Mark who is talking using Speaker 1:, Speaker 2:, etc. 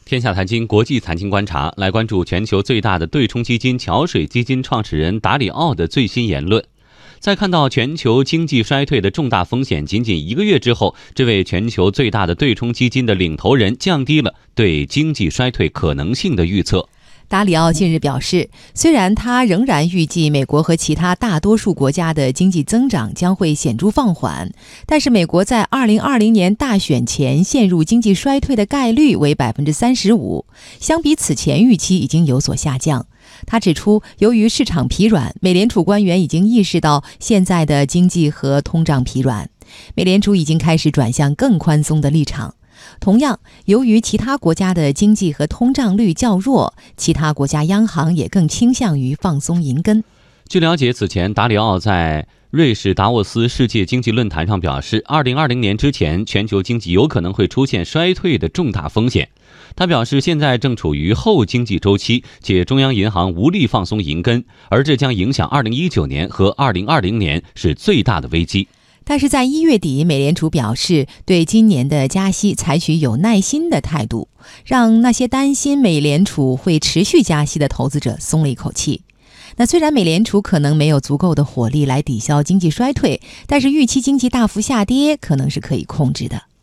Speaker 1: 天下财经国际财经观察，来关注全球最大的对冲基金桥水基金创始人达里奥的最新言论。在看到全球经济衰退的重大风险仅仅1个月之后，这位全球最大的对冲基金的领头人降低了对经济衰退可能性的预测。
Speaker 2: 达里奥近日表示，虽然他仍然预计美国和其他大多数国家的经济增长将会显著放缓，但是美国在2020年大选前陷入经济衰退的概率为 35%， 相比此前预期已经有所下降。他指出，由于市场疲软，美联储官员已经意识到现在的经济和通胀疲软，美联储已经开始转向更宽松的立场。同样，由于其他国家的经济和通胀率较弱，其他国家央行也更倾向于放松银根。
Speaker 1: 据了解，此前达里奥在瑞士达沃斯世界经济论坛上表示，2020年之前，全球经济有可能会出现衰退的重大风险。他表示，现在正处于后经济周期，且中央银行无力放松银根，而这将影响2019年和2020年，是最大的危机。
Speaker 2: 但是在1月底，美联储表示对今年的加息采取有耐心的态度，让那些担心美联储会持续加息的投资者松了一口气。那虽然美联储可能没有足够的火力来抵消经济衰退，但是预期经济大幅下跌可能是可以控制的。